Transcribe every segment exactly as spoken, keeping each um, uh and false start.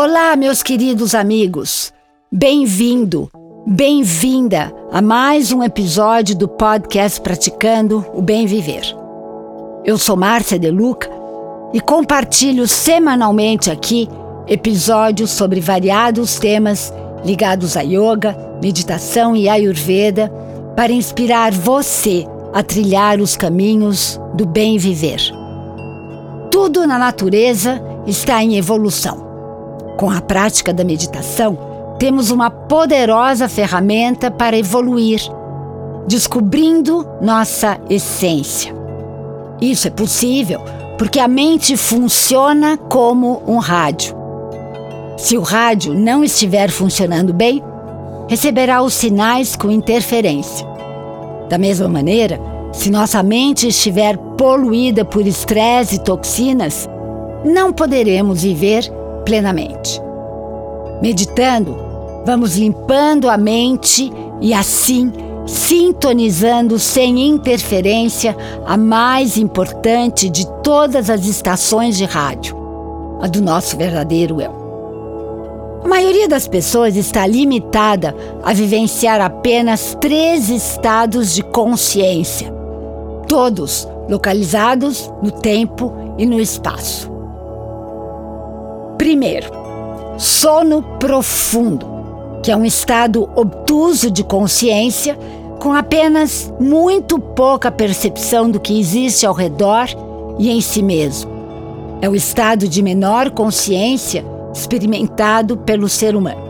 Olá, meus queridos amigos. Bem-vindo, bem-vinda a mais um episódio do podcast Praticando o Bem Viver. Eu sou Márcia De Luca e compartilho semanalmente aqui episódios sobre variados temas ligados a yoga, meditação e ayurveda para inspirar você a trilhar os caminhos do bem viver. Tudo na natureza está em evolução. Com a prática da meditação, temos uma poderosa ferramenta para evoluir, descobrindo nossa essência. Isso é possível porque a mente funciona como um rádio. Se o rádio não estiver funcionando bem, receberá os sinais com interferência. Da mesma maneira, se nossa mente estiver poluída por estresse e toxinas, não poderemos viver plenamente. Meditando, vamos limpando a mente e assim sintonizando sem interferência a mais importante de todas as estações de rádio, a do nosso verdadeiro eu. A maioria das pessoas está limitada a vivenciar apenas três estados de consciência, todos localizados no tempo e no espaço. Primeiro, sono profundo, que é um estado obtuso de consciência com apenas muito pouca percepção do que existe ao redor e em si mesmo. É o estado de menor consciência experimentado pelo ser humano.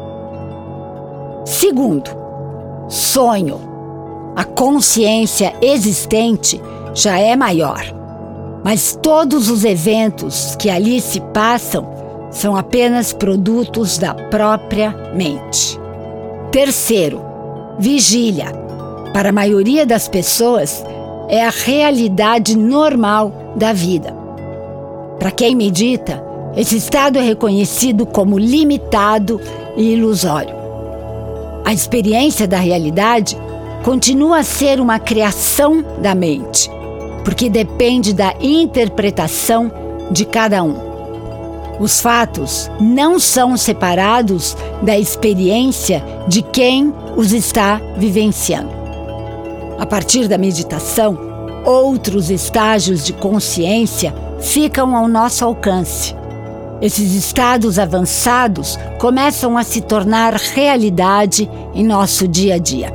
Segundo, sonho. A consciência existente já é maior, mas todos os eventos que ali se passam são apenas produtos da própria mente. Terceiro, vigília. Para a maioria das pessoas, é a realidade normal da vida. Para quem medita, esse estado é reconhecido como limitado e ilusório. A experiência da realidade continua a ser uma criação da mente, porque depende da interpretação de cada um. Os fatos não são separados da experiência de quem os está vivenciando. A partir da meditação, outros estágios de consciência ficam ao nosso alcance. Esses estados avançados começam a se tornar realidade em nosso dia a dia.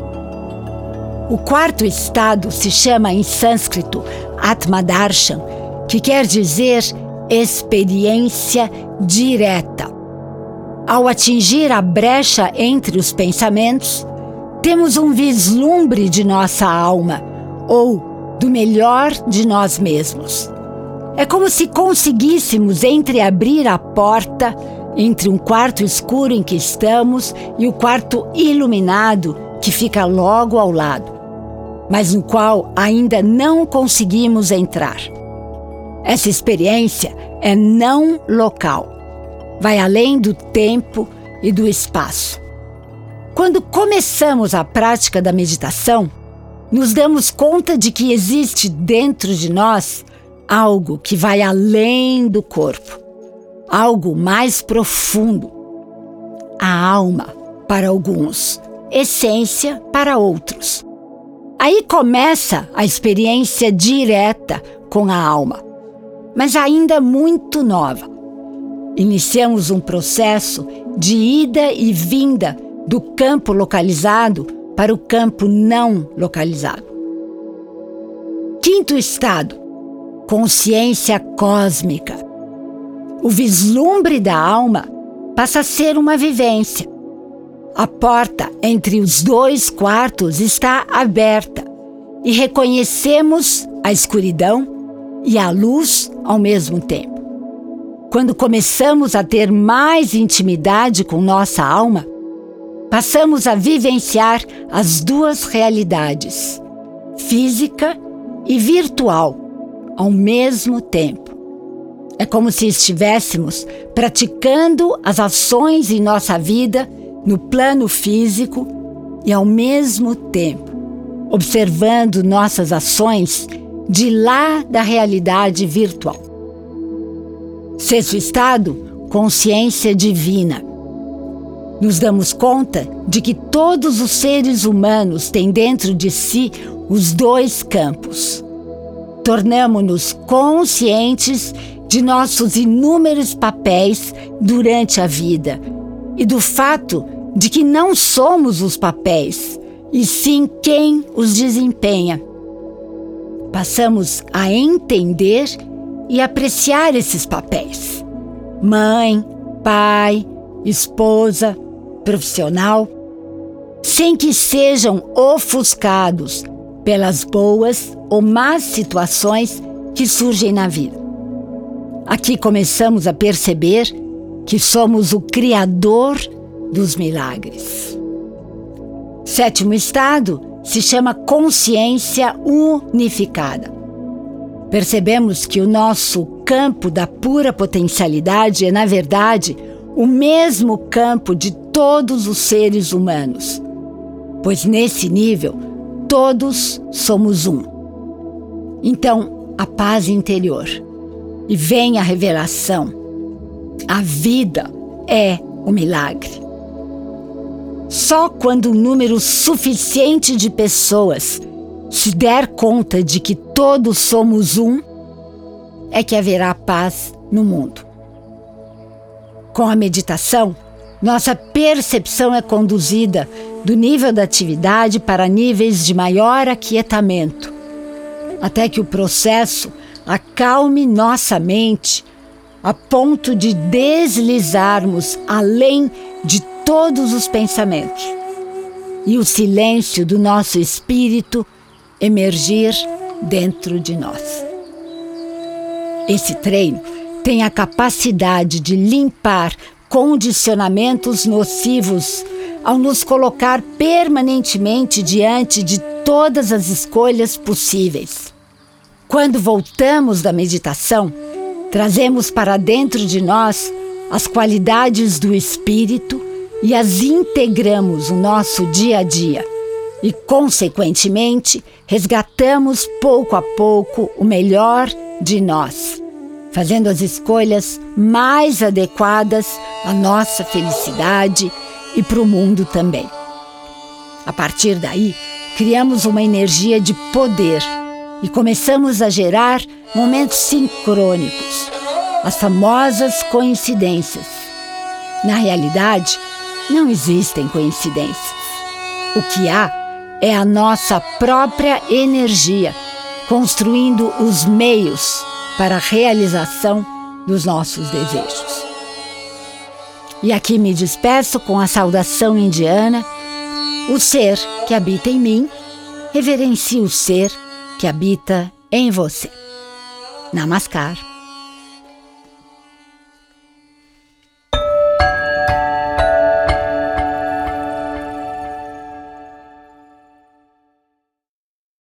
O quarto estado se chama em sânscrito Atmadarshan, que quer dizer experiência direta. Ao atingir a brecha entre os pensamentos, temos um vislumbre de nossa alma, ou do melhor de nós mesmos. É como se conseguíssemos entreabrir a porta entre um quarto escuro em que estamos e o quarto iluminado que fica logo ao lado, mas no qual ainda não conseguimos entrar. Essa experiência é não local, vai além do tempo e do espaço. Quando começamos a prática da meditação, nos damos conta de que existe dentro de nós algo que vai além do corpo, algo mais profundo. A alma para alguns, essência para outros. Aí começa a experiência direta com a alma, mas ainda muito nova. Iniciamos um processo de ida e vinda do campo localizado para o campo não localizado. Quinto estado, consciência cósmica. O vislumbre da alma passa a ser uma vivência. A porta entre os dois quartos está aberta e reconhecemos a escuridão e a luz ao mesmo tempo. Quando começamos a ter mais intimidade com nossa alma, passamos a vivenciar as duas realidades, física e virtual, ao mesmo tempo. É como se estivéssemos praticando as ações em nossa vida no plano físico e, ao mesmo tempo, observando nossas ações de lá da realidade virtual. Sexto estado, consciência divina. Nos damos conta de que todos os seres humanos têm dentro de si os dois campos. Tornamo-nos conscientes de nossos inúmeros papéis durante a vida e do fato de que não somos os papéis, e sim quem os desempenha. Passamos a entender e apreciar esses papéis: mãe, pai, esposa, profissional, sem que sejam ofuscados pelas boas ou más situações que surgem na vida. Aqui começamos a perceber que somos o Criador dos milagres. Sétimo estado se chama consciência unificada. Percebemos que o nosso campo da pura potencialidade é, na verdade, o mesmo campo de todos os seres humanos, pois nesse nível todos somos um. Então, a paz interior, e vem a revelação: a vida é o milagre. Só quando um número suficiente de pessoas se der conta de que todos somos um, é que haverá paz no mundo. Com a meditação, nossa percepção é conduzida do nível da atividade para níveis de maior aquietamento, até que o processo acalme nossa mente a ponto de deslizarmos além de todos os pensamentos e o silêncio do nosso espírito emergir dentro de nós. Esse treino tem a capacidade de limpar condicionamentos nocivos ao nos colocar permanentemente diante de todas as escolhas possíveis. Quando voltamos da meditação, trazemos para dentro de nós as qualidades do espírito e as integramos no nosso dia a dia. E, consequentemente, resgatamos pouco a pouco o melhor de nós, fazendo as escolhas mais adequadas à nossa felicidade e para o mundo também. A partir daí, criamos uma energia de poder e começamos a gerar momentos sincrônicos, as famosas coincidências. Na realidade, não existem coincidências. O que há é a nossa própria energia, construindo os meios para a realização dos nossos desejos. E aqui me despeço com a saudação indiana: o ser que habita em mim reverencia o ser que habita em você. Namaskar.